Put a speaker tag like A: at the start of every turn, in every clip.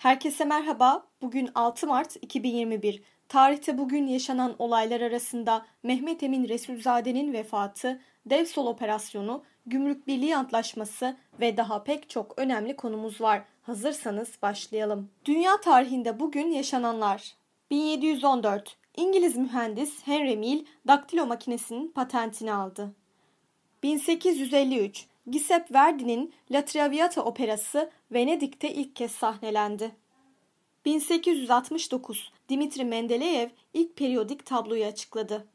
A: Herkese merhaba. Bugün 6 Mart 2021. Tarihte bugün yaşanan olaylar arasında Mehmet Emin Resulzade'nin vefatı, Devsol operasyonu, Gümrük Birliği Antlaşması ve daha pek çok önemli konumuz var. Hazırsanız başlayalım. Dünya tarihinde bugün yaşananlar. 1714. İngiliz mühendis Henry Mill daktilo makinesinin patentini aldı. 1853. Giuseppe Verdi'nin La Traviata operası Venedik'te ilk kez sahnelendi. 1869. Dimitri Mendeleyev ilk periyodik tabloyu açıkladı.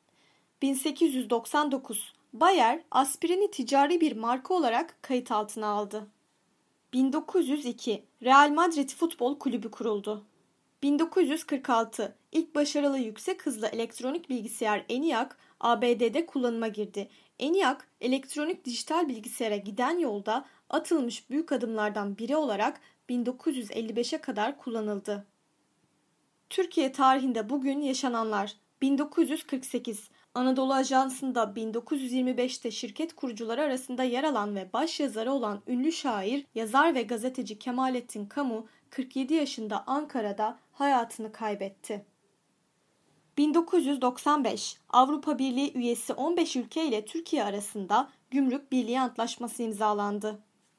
A: 1899. Bayer aspirini ticari bir marka olarak kayıt altına aldı. 1902. Real Madrid Futbol Kulübü kuruldu. 1946. İlk başarılı yüksek hızlı elektronik bilgisayar ENIAC ABD'de kullanıma girdi. ENIAC, elektronik dijital bilgisayara giden yolda atılmış büyük adımlardan biri olarak 1955'e kadar kullanıldı. Türkiye tarihinde bugün yaşananlar. 1948. Anadolu Ajansı'nda 1925'te şirket kurucuları arasında yer alan ve başyazarı olan ünlü şair, yazar ve gazeteci Kemalettin Kamu 47 yaşında Ankara'da hayatını kaybetti. 1995. Avrupa Birliği üyesi 15 ülke ile Türkiye arasında Gümrük Birliği Antlaşması imzalandı.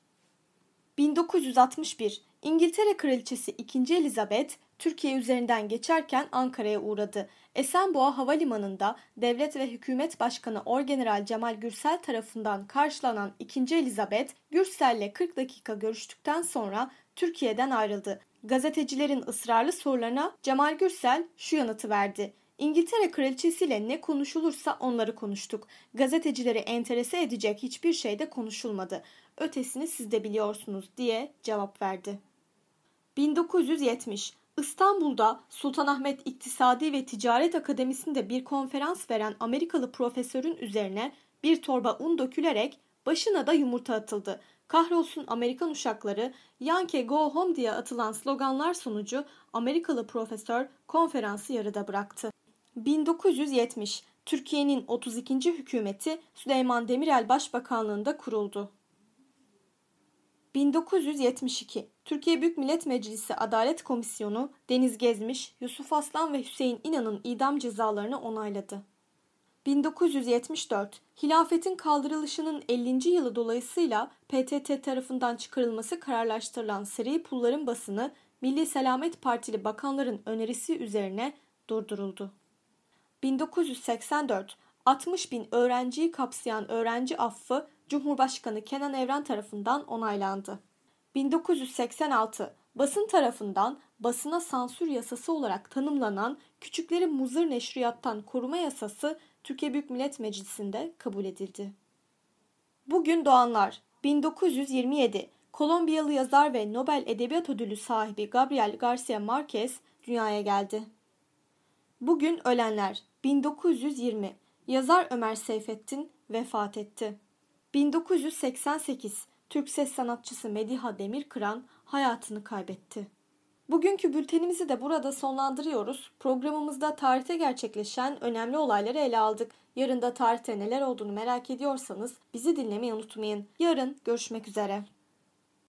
A: 1961. İngiltere Kraliçesi 2. Elizabeth, Türkiye üzerinden geçerken Ankara'ya uğradı. Esenboğa Havalimanı'nda Devlet ve Hükümet Başkanı Orgeneral Cemal Gürsel tarafından karşılanan 2. Elizabeth, Gürsel'le 40 dakika görüştükten sonra Türkiye'den ayrıldı. Gazetecilerin ısrarlı sorularına Cemal Gürsel şu yanıtı verdi: İngiltere Kraliçesiyle ne konuşulursa onları konuştuk. Gazetecileri enterese edecek hiçbir şey de konuşulmadı. Ötesini siz de biliyorsunuz diye cevap verdi. 1970. İstanbul'da Sultanahmet İktisadi ve Ticaret Akademisi'nde bir konferans veren Amerikalı profesörün üzerine bir torba un dökülerek başına da yumurta atıldı. Kahrolsun Amerikan uşakları, Yankee Go Home diye atılan sloganlar sonucu Amerikalı profesör konferansı yarıda bıraktı. 1970. Türkiye'nin 32. hükümeti Süleyman Demirel Başbakanlığında kuruldu. 1972. Türkiye Büyük Millet Meclisi Adalet Komisyonu Deniz Gezmiş, Yusuf Aslan ve Hüseyin İnan'ın idam cezalarını onayladı. 1974. Hilafetin kaldırılışının 50. yılı dolayısıyla PTT tarafından çıkarılması kararlaştırılan seri pulların basını Milli Selamet Partili bakanların önerisi üzerine durduruldu. 1984. 60 bin öğrenciyi kapsayan öğrenci affı Cumhurbaşkanı Kenan Evren tarafından onaylandı. 1986. Basın tarafından basına sansür yasası olarak tanımlanan Küçükleri Muzır Neşriyattan Koruma Yasası Türkiye Büyük Millet Meclisi'nde kabul edildi. Bugün doğanlar. 1927. Kolombiyalı yazar ve Nobel Edebiyat Ödülü sahibi Gabriel Garcia Marquez dünyaya geldi. Bugün ölenler. 1920. Yazar Ömer Seyfettin vefat etti. 1988. Türk ses sanatçısı Mediha Demirkıran hayatını kaybetti. Bugünkü bültenimizi de burada sonlandırıyoruz. Programımızda tarihte gerçekleşen önemli olayları ele aldık. Yarın da tarihte neler olduğunu merak ediyorsanız bizi dinlemeyi unutmayın. Yarın görüşmek üzere.